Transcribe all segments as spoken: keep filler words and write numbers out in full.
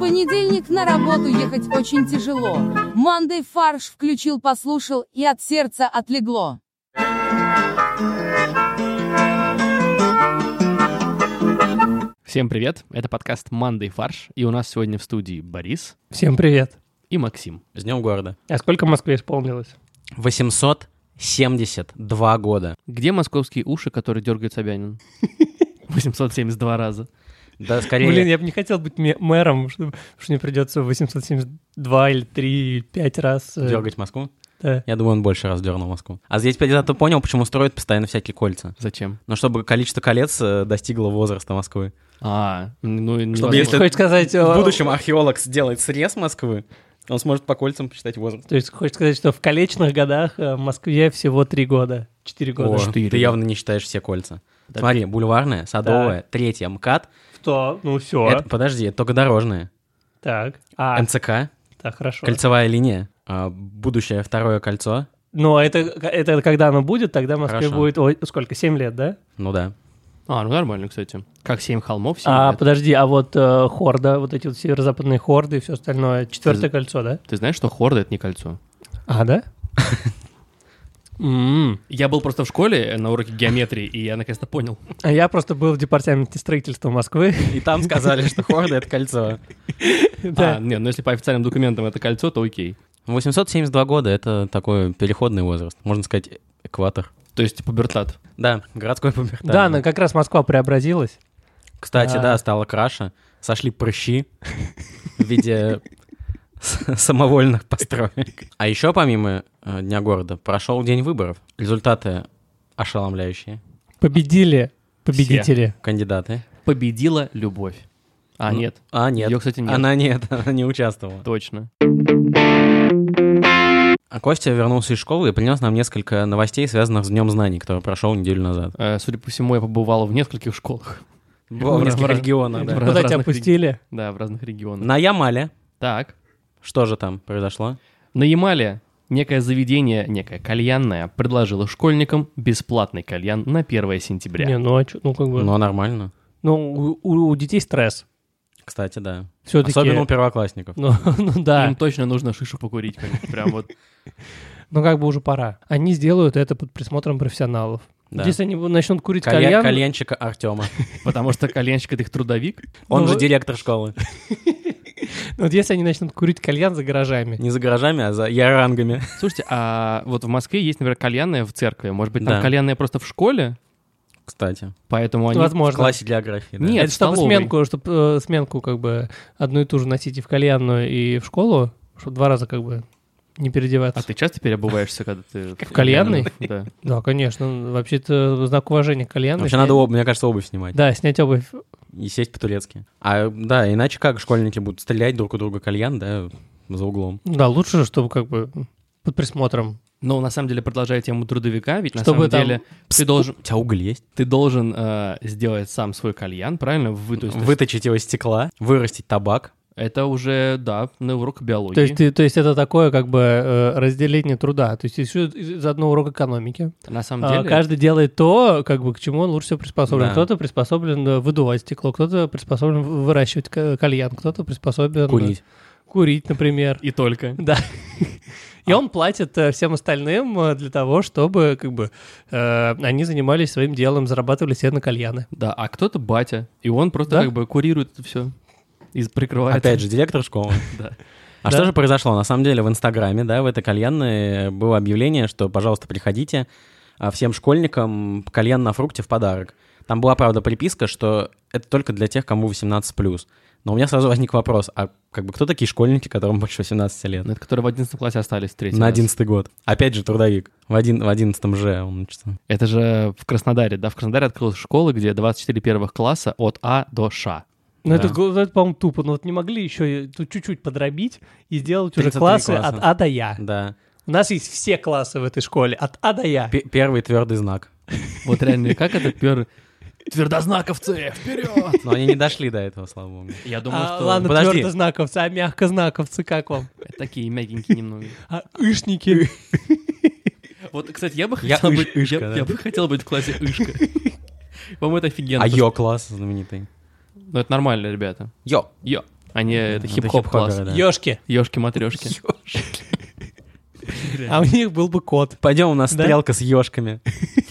понедельник на работу ехать очень тяжело. Monday фарш включил, послушал, и от сердца отлегло. Всем привет, это подкаст Monday фарш, и у нас сегодня в студии Борис. Всем привет. И Максим. С днем города. А сколько в Москве исполнилось? восемьсот семьдесят два года. Где московские уши, которые дергает Собянин? восемьсот семьдесят два раза. Да, скорее... Блин, я бы не хотел быть мэром, чтобы, что мне придется восемьсот семьдесят два или три, или пять раз... Дергать Москву? Да. Я думаю, он больше раз дернул Москву. А здесь я зато понял, почему строят постоянно всякие кольца. Зачем? Ну, чтобы количество колец достигло возраста Москвы. А, ну... Чтобы если хочешь сказать, в будущем археолог сделает срез Москвы, он сможет по кольцам посчитать возраст. То есть хочешь сказать, что в колечных годах в Москве всего три года, четыре года. О, четыре. Ты явно не считаешь все кольца. Да. Смотри, Бульварная, Садовая, да. Третья, МКАД. Что? Ну все. Это, подожди, это только дорожные. Так. А. МЦК. Так, хорошо. Кольцевая линия. А, будущее второе кольцо. Но это, это когда оно будет, тогда в Москве Хорошо. будет, ой, сколько, семь лет, да? Ну да. А, ну нормально, кстати. Как семь холмов, семь А, лет. подожди, а вот э, хорда, вот эти вот северо-западные хорды и все остальное, четвертое Ты- кольцо, да? Ты знаешь, что хорда — это не кольцо? А, да? М. Я был просто в школе на уроке геометрии, и я наконец-то понял. А я просто был в департаменте строительства Москвы. И там сказали, что хорда — это кольцо. А, нет, ну если по официальным документам это кольцо, то окей. восемьсот семьдесят два года — это такой переходный возраст. Можно сказать, экватор. То есть пубертат. Да, городской пубертат. Да, но как раз Москва преобразилась. Кстати, А. да, стало краше. Сошли прыщи в виде с- самовольных построек. А еще помимо э, Дня города прошел день выборов. Результаты ошеломляющие. Победили победители. Кандидаты. Победила любовь. А, Ну, нет. А, нет. Ее, кстати, нет. Она нет, она не участвовала. Точно. А Костя вернулся из школы и принес нам несколько новостей, связанных с Днем знаний, который прошел неделю назад. Э, Судя по всему, я побывал в нескольких школах. Было в В нескольких раз- регионах, да. в Куда тебя разных пустили? Да, в разных регионах. На Ямале. Так. Что же там произошло? На Ямале некое заведение, некое кальянное, предложило школьникам бесплатный кальян на первое сентября. Не, ну а чё, ну как бы... Ну, нормально. Ну, у, у детей стресс. Кстати, да. Все-таки... Особенно у первоклассников. Ну, ну да, Им точно нужно шишу покурить, конечно, прям вот. ну как бы уже пора. Они сделают это под присмотром профессионалов. Да. Если они начнут курить Кальян- кальян... Кальянщика Артема. Потому что кальянщик — это их трудовик. Он Ну, же вы- директор школы. Вот если они начнут курить кальян за гаражами. Не за гаражами, а за ярангами. Слушайте, а вот в Москве есть, например, кальянная в церкви. Может быть, там Да. кальянная просто в школе? Кстати, Поэтому они... в Возможно. классе географии. да. Нет, Это в чтобы столовой. сменку, чтобы сменку как бы одну и ту же носить и в кальянную, и в школу, чтобы два раза как бы не переодеваться. А ты часто переобуваешься, когда ты... В кальянной? Да. Да, конечно. Вообще-то знак уважения к кальянной. Вообще снять- надо, об- мне кажется, обувь снимать. Да, снять обувь. И сесть по-турецки. А, да, иначе как школьники будут стрелять друг у друга кальян, да, за углом. Да, лучше, чтобы как бы под присмотром. Но на самом деле, продолжая тему трудовика, ведь на Чтобы самом там- деле ты должен, У тебя уголь есть? ты должен э, сделать сам свой кальян, правильно? Вы, то есть, Выточить его из стекла, вырастить табак. это уже, да, на урок биологии. То есть, ты, то есть это такое как бы э, разделение труда. То есть еще из одного урока экономики. На самом А, деле... каждый делает то, как бы к чему он лучше всего приспособлен. Да. Кто-то приспособлен э, выдувать стекло, кто-то приспособлен выращивать ка- кальян, кто-то приспособлен э, Курить. курить, например. И только. Да. И он платит э, всем остальным э, для того, чтобы как бы э, они занимались своим делом, зарабатывали себе на кальяны. Да, а кто-то батя, и он просто Да? как бы курирует это все и прикрывает. Опять же, директор школы. Да. А Да. что же произошло? На самом деле в Инстаграме, да, в этой кальянной было объявление, что, пожалуйста, приходите, а, всем школьникам кальян на фрукте в подарок. Там была, правда, приписка, что это только для тех, кому восемнадцать плюс. Но у меня сразу возник вопрос, а как бы кто такие школьники, которым больше восемнадцати лет? Это которые в одиннадцатом классе остались в третьем. На одиннадцатый год. Опять же, трудовик. В, один, в одиннадцатом же он учится. Это же в Краснодаре, да? В Краснодаре открылась школа, где двадцать четыре первых класса от А до Ш. Ну, Да. это, го- это, по-моему, тупо. Ну, вот не могли еще тут чуть-чуть подробить и сделать уже тридцать три классы класса. от А до Я. Да. У нас есть все классы в этой школе, от А до Я. П- первый твердый знак. Вот реально, как это пер... Твердознаковцы, вперед! Но они не дошли до этого, слава богу. Я думаю, А, что ладно, Подожди. твердознаковцы, а мягкознаковцы как вам? такие мягенькие немного. А ишники? Вот, кстати, я бы Я хотел Иш- быть... Ишка, Я да. я бы хотел быть в классе Ишка. По-моему, это офигенно. А потому Йо класс знаменитый. что- Ну, это нормально, ребята. Йо. Йо. Они это Это хип-хоп класс. хип-хоперы, да. Ёшки. Ёшки-матрешки. А у них был бы кот. Пойдем, у нас Да? стрелка с ешками.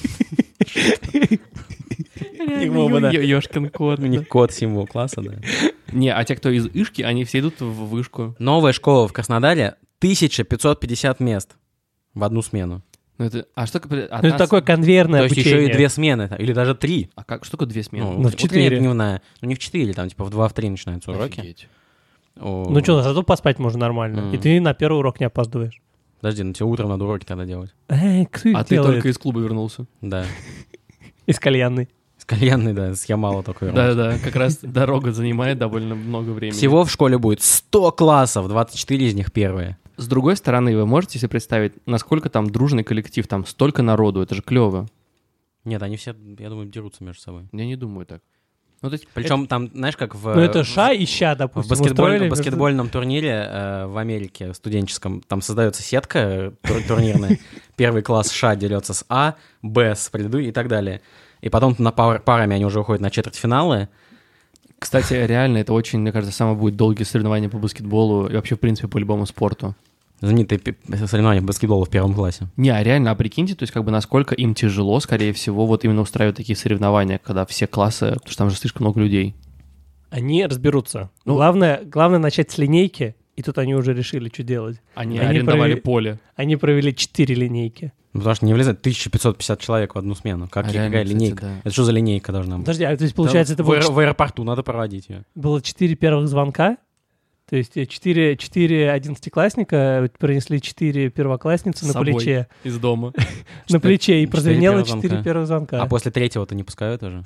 Ёшкин кот. У них код символ класса, да. Не, а те, кто из Ишки, они все идут в вышку. Новая школа в Краснодаре, тысяча пятьсот пятьдесят мест в одну смену. Ну это, а что такое? от Ну, это нас- такое конвейерное То есть обучение. еще и две смены, или даже три. А как, что такое две смены? Ну, Ну, в четыре. утренняя, дневная. Ну, не в четыре, там типа в два, в три начинаются уроки. Офигеть. О, Ну что, зато поспать можно нормально. М. И ты на первый урок не опаздываешь. Подожди, ну тебе утром надо уроки тогда делать. Эй, кто их А ты делает? только из клуба вернулся. Да. Из кальянной. С кальянной, да, с Ямала только вернулся. Да-да, как раз дорога занимает довольно много времени. Всего в школе будет сто классов, двадцать четыре из них первые. С другой стороны, вы можете себе представить, насколько там дружный коллектив, там столько народу, это же клево. Нет, они все, я думаю, дерутся между собой. Я не думаю так. Ну, то есть, Причем там, знаешь, как в... Ну это в- ша и ща, В, допустим, баскетболь- устроили в между- баскетбольном турнире э, в Америке студенческом там создается сетка э, тур- турнирная. Первый класс Ш дерется с А, Б с преду и так далее. И потом на пар- парами они уже уходят на четвертьфиналы. Кстати, реально, это очень, мне кажется, самое будет долгие соревнования по баскетболу и вообще, в принципе, по любому спорту. Знаменитые пи- соревнования по баскетболу в первом классе. Не, а реально, а прикиньте, то есть как бы насколько им тяжело, скорее всего, вот именно устраивать такие соревнования, когда все классы, потому что там же слишком много людей. Они разберутся. Ну- Главное, главное начать с линейки, и тут они уже решили, что делать. Они, Они арендовали провели- поле. Они провели четыре линейки. Ну, потому что не влезает тысяча пятьсот пятьдесят человек в одну смену. Как А какая реально, кстати, линейка? да. Это что за линейка должна быть? Подожди, а то есть, получается, это в, было, аэро- ч- в аэропорту надо проводить ее. было четыре первых звонка, то есть э, четыре, четыре одиннадцатиклассника принесли четыре первоклассницы С на собой. плече, Из дома. на плече, и четыре прозвенело первых четыре звонка. первых звонка. А после третьего-то не пускают уже?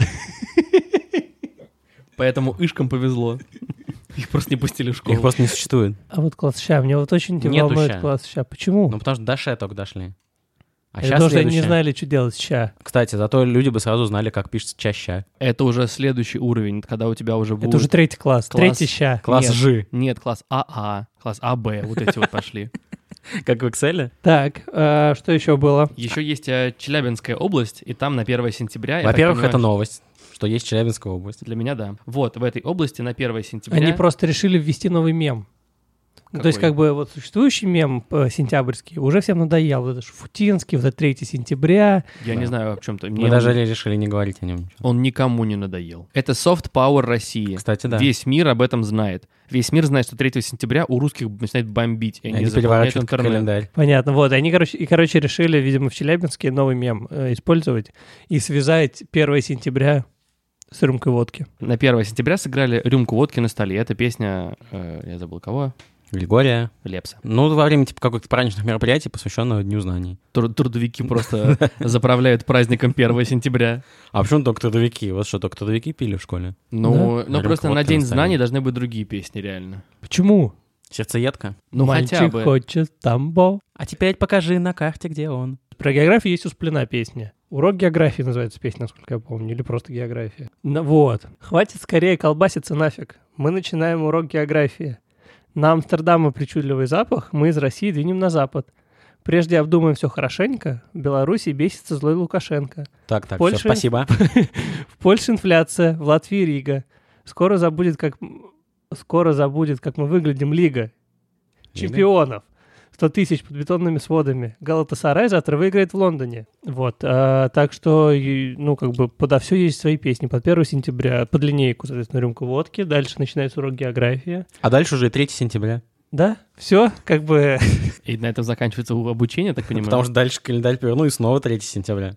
Поэтому Ишкам повезло. Их просто не пустили в школу. Их просто не существует. А вот класс ща, мне вот очень Нету волнует ща. класс ща. Почему? Ну, потому что до Ш только дошли. А Это сейчас потому что они не следующее. знали, что делать ща. Кстати, зато люди бы сразу знали, как пишется чаще. Это уже следующий уровень, когда у тебя уже будет... Это уже третий класс. Класс. Третий ща. Класс Нет. Ж. Нет, класс АА, класс АБ, вот эти вот пошли. Как в Excel? Так, а, что еще было? Еще есть э, Челябинская область, и там на первое сентября... я так Во-первых, понимаю, это новость, что есть Челябинская область. Для меня, да. Вот, в этой области на первое сентября... Они просто решили ввести новый мем. Ну, то есть, Какой? как бы, вот существующий мем э, сентябрьский уже всем надоел. Вот это Шуфутинский, вот это третье сентября. Я Да. не знаю, о чем-то. Мы Мне даже он, решили не говорить о нем. он никому не надоел. Это soft power России. Кстати, да. Весь мир об этом знает. Весь мир знает, что третьего сентября у русских начинает бомбить. И они, Они заполняют переворачивают интернет. календарь. Понятно, вот. Они, короче, и, короче, решили, видимо, в Челябинске новый мем э, использовать и связать первое сентября с рюмкой водки. На первое сентября сыграли «Рюмку водки на столе». Это песня, э, я забыл кого, Григория. Лепса. Ну, во время типа каких-то праздничных мероприятий, посвященного Дню знаний. Труд- Трудовики просто заправляют праздником первое сентября. А почему только трудовики? Вот что, только трудовики пили в школе? Ну, Да. ну Рюмка просто на водки День на столе. знаний должны быть другие песни, реально. Почему? Сердцеедка? Ну, Мальчик хотя бы. хочет тамбо. А теперь покажи на карте, где он. Про географию есть у Сплина песня. Урок географии называется песня, насколько я помню, или просто география. Ну, вот. Хватит скорее колбаситься нафиг. Мы начинаем урок географии. На Амстердама причудливый запах, мы из России двинем на запад. Прежде обдумаем все хорошенько, в Беларуси бесится злой Лукашенко. Так, так, Польша- все, спасибо. В Польше инфляция, в Латвии Рига. Скоро забудет, как, скоро забудет, как мы выглядим Лига чемпионов. сто тысяч под бетонными сводами. Галатасарай завтра выиграет в Лондоне. Вот. а, так что, и, ну, как бы подо все есть свои песни. Под первое сентября, под линейку, соответственно, рюмка водки. Дальше начинается урок географии. А дальше уже третьего сентября. Да, все, как бы... И на этом заканчивается обучение, так понимаю? Потому что дальше календарь повернул, и снова третьего сентября.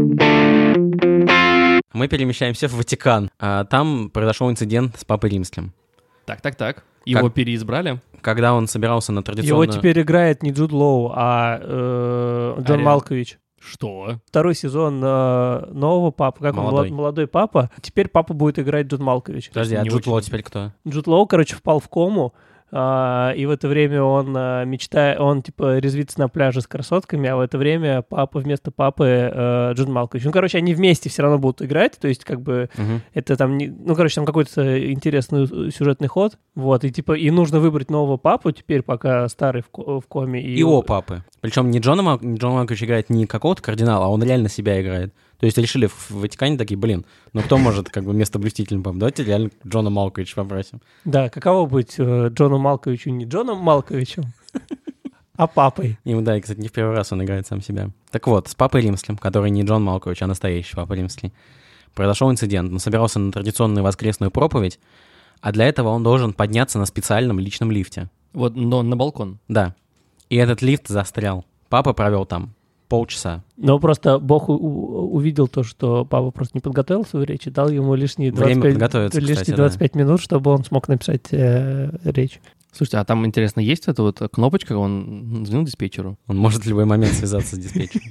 Мы перемещаемся в Ватикан. А там произошел инцидент с Папой Римским. Так, так, так. Его переизбрали? Когда он собирался на традиционную... Его теперь играет не Джуд Лоу, а э, Джон А, Малкович. Что? Второй сезон э, нового папы, как Молодой. он, молод- молодой папа. Теперь папа будет играть Джон Малкович. Подожди, а Не Джуд очень. Лоу теперь кто? Джуд Лоу, короче, впал в кому, а, и в это время он а, мечтает, он, типа, резвится на пляже с красотками, а в это время папа вместо папы э, Джон Малкович. Ну, короче, они вместе все равно будут играть, то есть, как бы, Мгм. это там, не, ну, короче, там какой-то интересный сюжетный ход, вот, и, типа, и нужно выбрать нового папу теперь, пока старый в, ко- в коме. И Его папы. Причем не Джона Мал... не Джон Малкович играет не какого-то кардинала, а он реально себя играет. То То есть решили в Ватикане такие, блин, ну кто может как бы местоблюстителем помочь? Давайте реально Джона Малковича попросим. Да, каково быть э, Джону Малковичу не Джоном Малковичем, а папой. Ему, да, и, кстати, не в первый раз он играет сам себя. Так вот, с Папой Римским, который не Джон Малкович, а настоящий Папа Римский, произошел инцидент. Он собирался на традиционную воскресную проповедь, а для этого он должен подняться на специальном личном лифте. Вот, но на балкон. Да. И этот лифт застрял. Папа провел там полчаса. Но просто Бог у- у- увидел то, что папа просто не подготовил свою речь и дал ему лишние Время двадцать пять, подготовиться, лишние кстати, двадцать пять минут, чтобы он смог написать э, речь. Слушайте, а там, интересно, есть эта вот кнопочка, он звонил диспетчеру? Он может в любой момент связаться с диспетчером.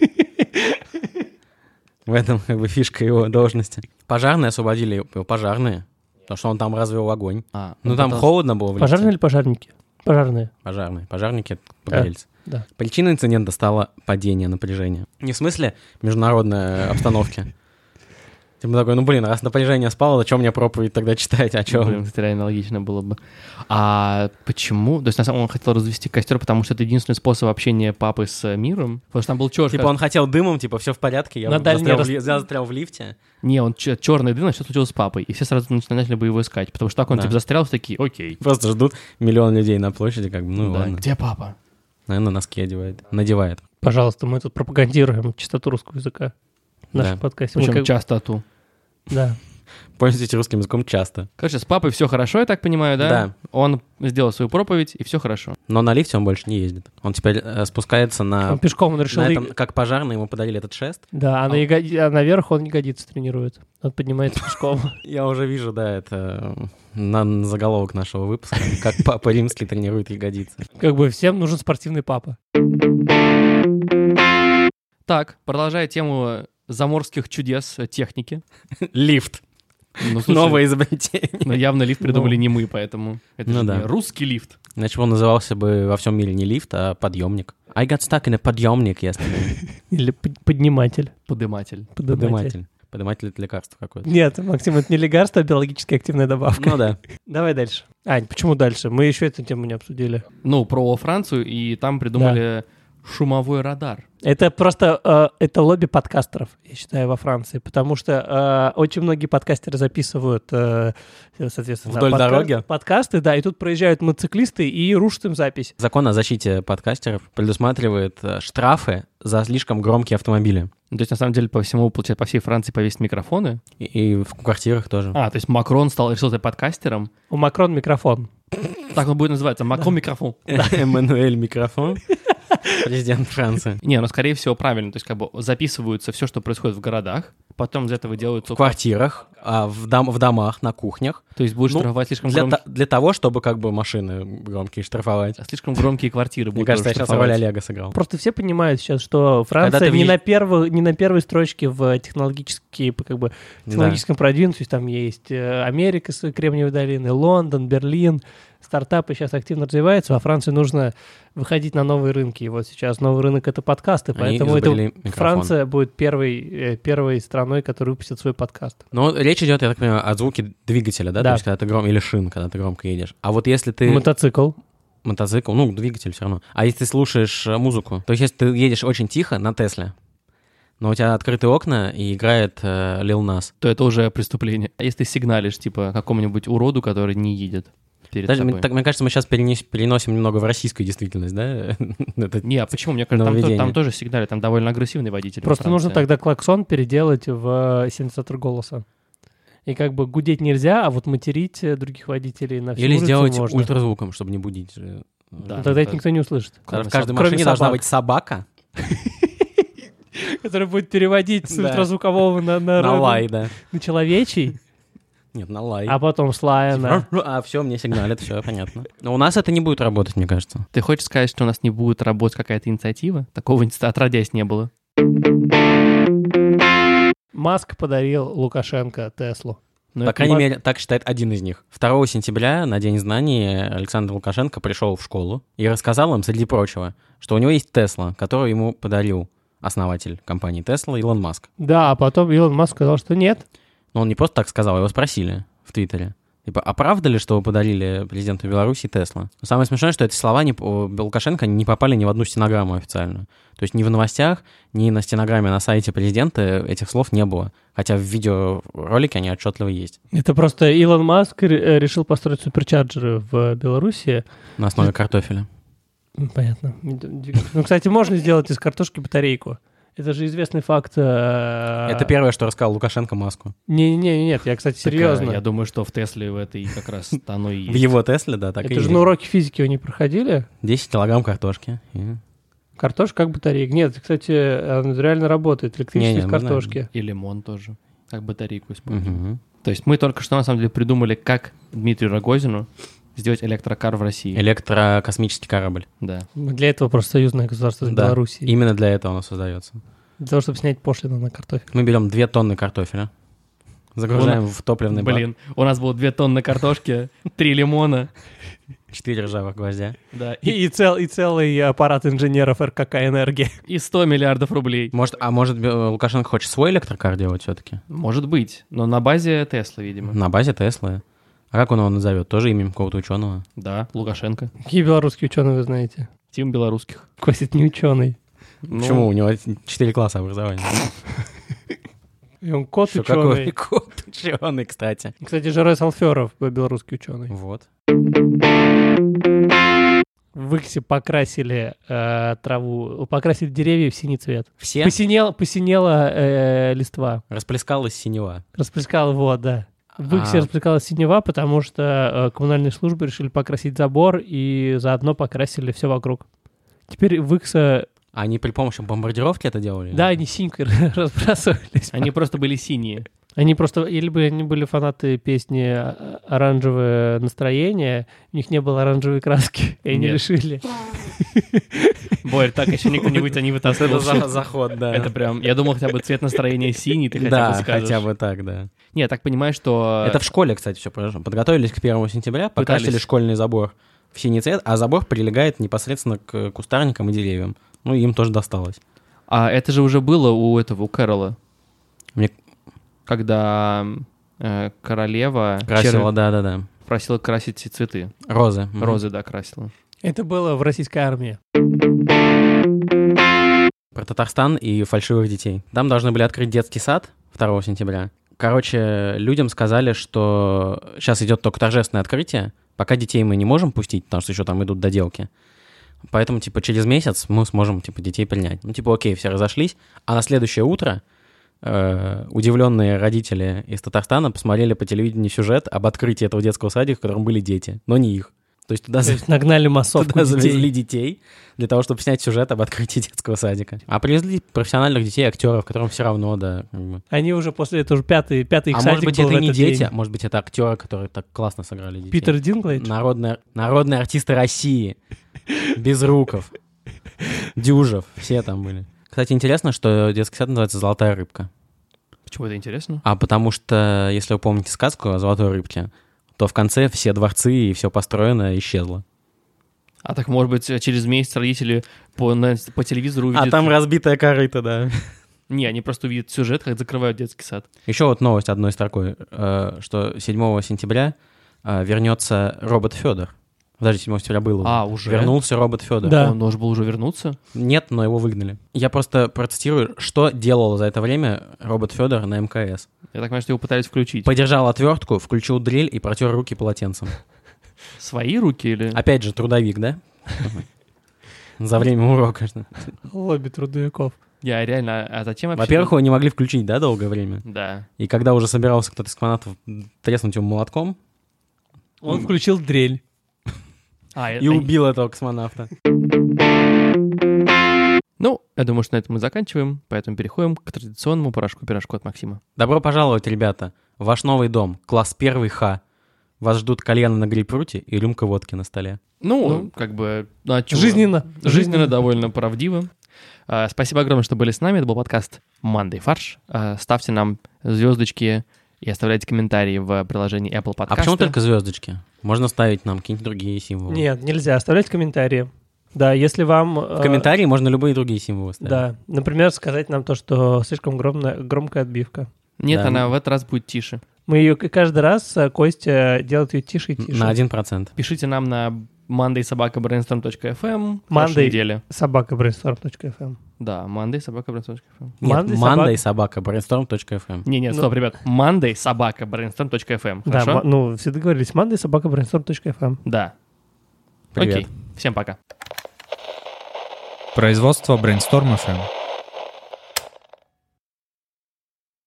В этом как бы фишка его должности. Пожарные освободили его, пожарные, потому что он там развел огонь. А, Ну он там пытался- холодно было в лифте. Пожарные или пожарники? Пожарные. Пожарные. Пожарники — это погорельцы. Да. Причиной инцидента стало падение напряжения. Не в смысле международной обстановки. Типа такой, ну блин, раз напряжение спало, то что мне проповедь тогда читать? А что? Блин, это реально логично было бы. А почему? То есть, на самом деле, он хотел развести костер, потому что это единственный способ общения папы с миром? Потому что там был черный... Типа он хотел дымом, типа все в порядке, я На дальний застрял, рас- в ли- застрял в лифте. Не, он черный дым, а что случилось с папой? И все сразу начали бы его искать, потому что так он Да. типа застрял, все такие, окей. Просто ждут миллион людей на площади, как бы, ну Да, ладно. где папа? Наверное, носки одевает. Надевает. Пожалуйста, мы тут пропагандируем чистоту русского языка в нашем Да. подкасте. Мы Причем как- частоту. Да. Пользуйтесь русским языком часто. Короче, с папой все хорошо, я так понимаю, да? Да. Он сделал свою проповедь, и все хорошо. Но на лифте он больше не ездит. Он теперь э, спускается на... Он пешком он решил... на и- этом, как пожарный, ему подарили этот шест. Да, а, на А- яго- а наверх он ягодицы тренирует. Он поднимается пешком. Я уже вижу, да, это э, на, на заголовок нашего выпуска. Как Папа Римский тренирует ягодицы. Как бы всем нужен спортивный папа. Так, продолжая тему заморских чудес э, техники. Лифт. Ну, слушай, Новое изобретение. но явно лифт придумали Ну. не мы, поэтому это Ну же да. не русский лифт. Иначе бы он назывался бы во всем мире не лифт, а подъемник. I got stuck in a подъемник yesterday. Или под- подниматель. Подыматель. Подыматель. Подыматель. Подыматель — это лекарство какое-то. Нет, Максим, это не лекарство, а биологически активная добавка. Ну да. Давай дальше. Ань, почему дальше? Мы еще эту тему не обсудили. Ну, про Францию, и там придумали шумовой радар. Это просто э, это лобби подкастеров, я считаю, во Франции, потому что э, очень многие подкастеры записывают, э, соответственно, Вдоль дороги? подкасты, да, и тут проезжают мотоциклисты и рушат им запись. Закон о защите подкастеров предусматривает э, штрафы за слишком громкие автомобили. Ну, то есть, на самом деле, по всему, получается, по всей Франции повесить микрофоны. И, и в квартирах тоже. А, то есть Макрон стал решил стать подкастером. У Макрон микрофон. Так он будет называться, Макрон-микрофон. Эммануэль микрофон. Президент Франции. Не, ну, скорее всего, правильно. То есть, как бы записываются все, что происходит в городах, потом из этого делают... В квартирах, а в, дом, в домах, на кухнях. То есть, будешь Ну, штрафовать слишком, Для, громкие, та- для того, чтобы как бы машины громкие штрафовать. слишком громкие квартиры Мне будут кажется, я тоже сейчас роль штрафовать. Олега сыграл. Просто все понимают сейчас, что Франция ты не, въезж- на первой, не на первой строчке в технологически, как бы, технологическом продвинутости. Там есть э, Америка с Кремниевой долины, Лондон, Берлин. Стартапы сейчас активно развиваются. Во Франции нужно выходить на новые рынки. И вот сейчас новый рынок — это подкасты. Они Поэтому это изобрели микрофон. Франция будет первой, э, первой страной, которая выпустит свой подкаст. Но речь идет, я так понимаю, о звуке двигателя, да? Да. То есть, когда ты гром... или шин, когда ты громко едешь. А вот если ты... Мотоцикл. Мотоцикл, ну, двигатель все равно. А если ты слушаешь э, музыку, то есть если ты едешь очень тихо на Тесле, но у тебя открытые окна и играет э, Lil Nas. То это уже преступление. А если ты сигналишь, типа, какому-нибудь уроду, который не едет перед Даже, тобой? мне, так, мне кажется, мы сейчас перенес- переносим немного в российскую действительность, да? Это- Не, а почему? Мне кажется, там, то- Нововведение. там тоже сигнали, там довольно агрессивный водитель. во Просто нужно Франции. тогда клаксон переделать в э, синтезатор голоса. И как бы гудеть нельзя, а вот материть э, других водителей на всю Или улицу сделать можно. ультразвуком, чтобы не будить. же. Да. Ну, тогда это Да. никто не услышит. Даже Кроме в каждой соб- кроме машине должна собак. быть собака Который будет переводить с Да. ультразвукового на, на, на лай, да. на человечий, Нет, на лай. а потом с лая на... А, все, мне сигналит, все понятно. Но у нас это не будет работать, мне кажется. Ты хочешь сказать, что у нас не будет работать какая-то инициатива? Такого отродясь не было. Маск подарил Лукашенко Теслу. Но По это крайней не- мере, так считает один из них. второго сентября на День знаний Александр Лукашенко пришел в школу и рассказал им, среди прочего, что у него есть Тесла, которую ему подарил основатель компании Тесла Илон Маск. Да, а потом Илон Маск сказал, что нет. Но он не просто так сказал, его спросили в Твиттере. Типа, а правда ли, что вы подарили президенту Беларуси Тесла? Самое смешное, что эти слова не, Лукашенко не попали ни в одну стенограмму официальную. То есть ни в новостях, ни на стенограмме на сайте президента этих слов не было. Хотя в видеоролике они отчетливо есть. Это просто Илон Маск решил построить суперчарджеры в Беларуси. На основе картофеля. Понятно. Ну, кстати, можно сделать из картошки батарейку. Это же известный факт. Э... Это первое, что рассказал Лукашенко Маску. Не-не-не, нет, я, кстати, серьезно. Так, я думаю, что в Тесле в этой как раз оно и есть. В его Тесле, да, так это и же есть. на уроке физики вы не проходили? десять килограмм картошки. И... Картошка как батарейка. Нет, кстати, она реально работает. Электричество из картошки. И лимон тоже. Как батарейку используем. Угу. То есть мы только что, на самом деле, придумали, как Дмитрию Рогозину сделать электрокар в России. Электрокосмический корабль. Да. Для этого просто союзное государство с Да, Белоруссией. именно для этого оно создается. Для того, чтобы снять пошлину на картофель. Мы берем две тонны картофеля, загружаем в топливный бак. Блин, у нас было две тонны картошки, три лимона. Четыре ржавых гвоздя. Да, И, и, и, цел, и целый аппарат инженеров РКК «Энергия». и сто миллиардов рублей. Может, а может э, Лукашенко хочет свой электрокар делать все-таки? Может быть, но на базе Теслы, видимо. На базе Теслы. А как он его назовет? Тоже именем какого-то ученого? Да, Лукашенко. Какие белорусские ученые вы знаете? Тим белорусских. Костя, это не ученый. Ну, Почему? У него четыре класса образования. И он кот Что, какой ученый. кот ученый, кстати. Кстати, Жерой Салферов, белорусский ученый. Вот. В Иксе покрасили э, траву, покрасили деревья в синий цвет. Все? Посинел, посинела э, листва. Расплескалась синева. Расплескал его, да. В Иксе А. расплескалась синева, потому что э, коммунальные службы решили покрасить забор и заодно покрасили все вокруг. Теперь в Иксе... Они при помощи бомбардировки это делали? Да, они синькой разбрасывались. Они просто были синие. Они просто, или бы они были фанаты песни «Оранжевое настроение», у них не было оранжевой краски, и они Нет. решили. Борь, так еще никто не вы- не вытаскивал. Это за- заход, да. Это прям, я думал, хотя бы цвет настроения синий, ты хотя бы Да, скажешь. хотя бы так, да. Не, так понимаю, что... Это в школе, кстати, все произошло. Подготовились к первому сентября, покрасили Пытались. школьный забор в синий цвет, а забор прилегает непосредственно к кустарникам и деревьям. Ну, им тоже досталось. А это же уже было у этого, у Кэрола. Мне Когда э, королева красило, Чер- да-да-да. просила красить цветы. Розы. Мгм. Розы, да, красила. Это было в российской армии. Про Татарстан и фальшивых детей. Там должны были открыть детский сад второго сентября. Короче, людям сказали, что сейчас идет только торжественное открытие, пока детей мы не можем пустить, потому что еще там идут доделки. Поэтому, типа, через месяц мы сможем, типа, детей принять. Ну, типа, окей, все разошлись. А на следующее утро э, удивленные родители из Татарстана посмотрели по телевидению сюжет об открытии этого детского садика, в котором были дети, но не их. То есть туда, То есть нагнали массовку туда детей. завезли детей для того, чтобы снять сюжет об открытии детского садика. А привезли профессиональных детей, актеров, которым все равно, да. Как бы. Они уже после этого уже пятый, пятый их А садик может быть, был это в и не этот дети, день. а может быть, это актеры, которые так классно сыграли детей. Питер Динклейдж? Народные, народные артисты России. Безруков. Дюжев. Все там были. Кстати, интересно, что детский сад называется «Золотая рыбка». Почему это интересно? А потому что, если вы помните сказку о золотой рыбке, то в конце все дворцы и все построенное исчезло. А так, может быть, через месяц родители по, на- по телевизору увидят... А там разбитая корыта, да. Не, они просто увидят сюжет, как закрывают детский сад. Еще вот новость одной строкой, э, что седьмого сентября э, вернется робот Федор. Подожди, седьмого сентября было. А, уже? Вернулся робот Федор. Да. Он должен был уже вернуться? Нет, но его выгнали. Я просто процитирую, что делал за это время робот Федор на МКС. Я так понимаю, что его пытались включить. Подержал отвертку, включил дрель и протер руки полотенцем. Свои руки или... Опять же, трудовик, да? За время урока. Лобби трудовиков. Я реально... А зачем вообще... Во-первых, его не могли включить, да, долгое время? Да. И когда уже собирался кто-то из космонавтов треснуть его молотком, Он включил дрель. А, и убил этого космонавта. Ну, я думаю, что на этом мы заканчиваем, поэтому переходим к традиционному порошку-пирожку от Максима. Добро пожаловать, ребята, в ваш новый дом, класс первый Х. Вас ждут кальяны на грейпфруте и рюмка водки на столе. Ну, Ну, как бы... Ну, а чё? Жизненно. Жизненно, довольно правдиво. А, спасибо огромное, что были с нами. Это был подкаст «Мандай фарш». А, ставьте нам звездочки и оставляйте комментарии в приложении Apple Podcast. А почему только звездочки? Можно ставить нам какие-нибудь другие символы. Нет, нельзя. Оставлять комментарии. Да, если вам... В комментарии можно любые другие символы ставить. Да. Например, сказать нам то, что слишком громная, громкая отбивка. Нет, Да. она в этот раз будет тише. Мы ее каждый раз, э, Костя делает ее тише и тише. На один процент. Пишите нам на monday собака brainstorm точка эф эм. Monday недели. собака brainstorm точка эф эм. Да, monday собака brainstorm точка эф эм. Нет, Monday Monday собака brainstorm точка эф эм. Не, нет, Ну- стоп, ребят. monday собака brainstorm точка эф эм. Да, Хорошо? ма- ну, все договорились. Monday собака brainstorm точка эф эм. Да. Привет. Окей. Всем пока. Производство Brainstorm эф эм.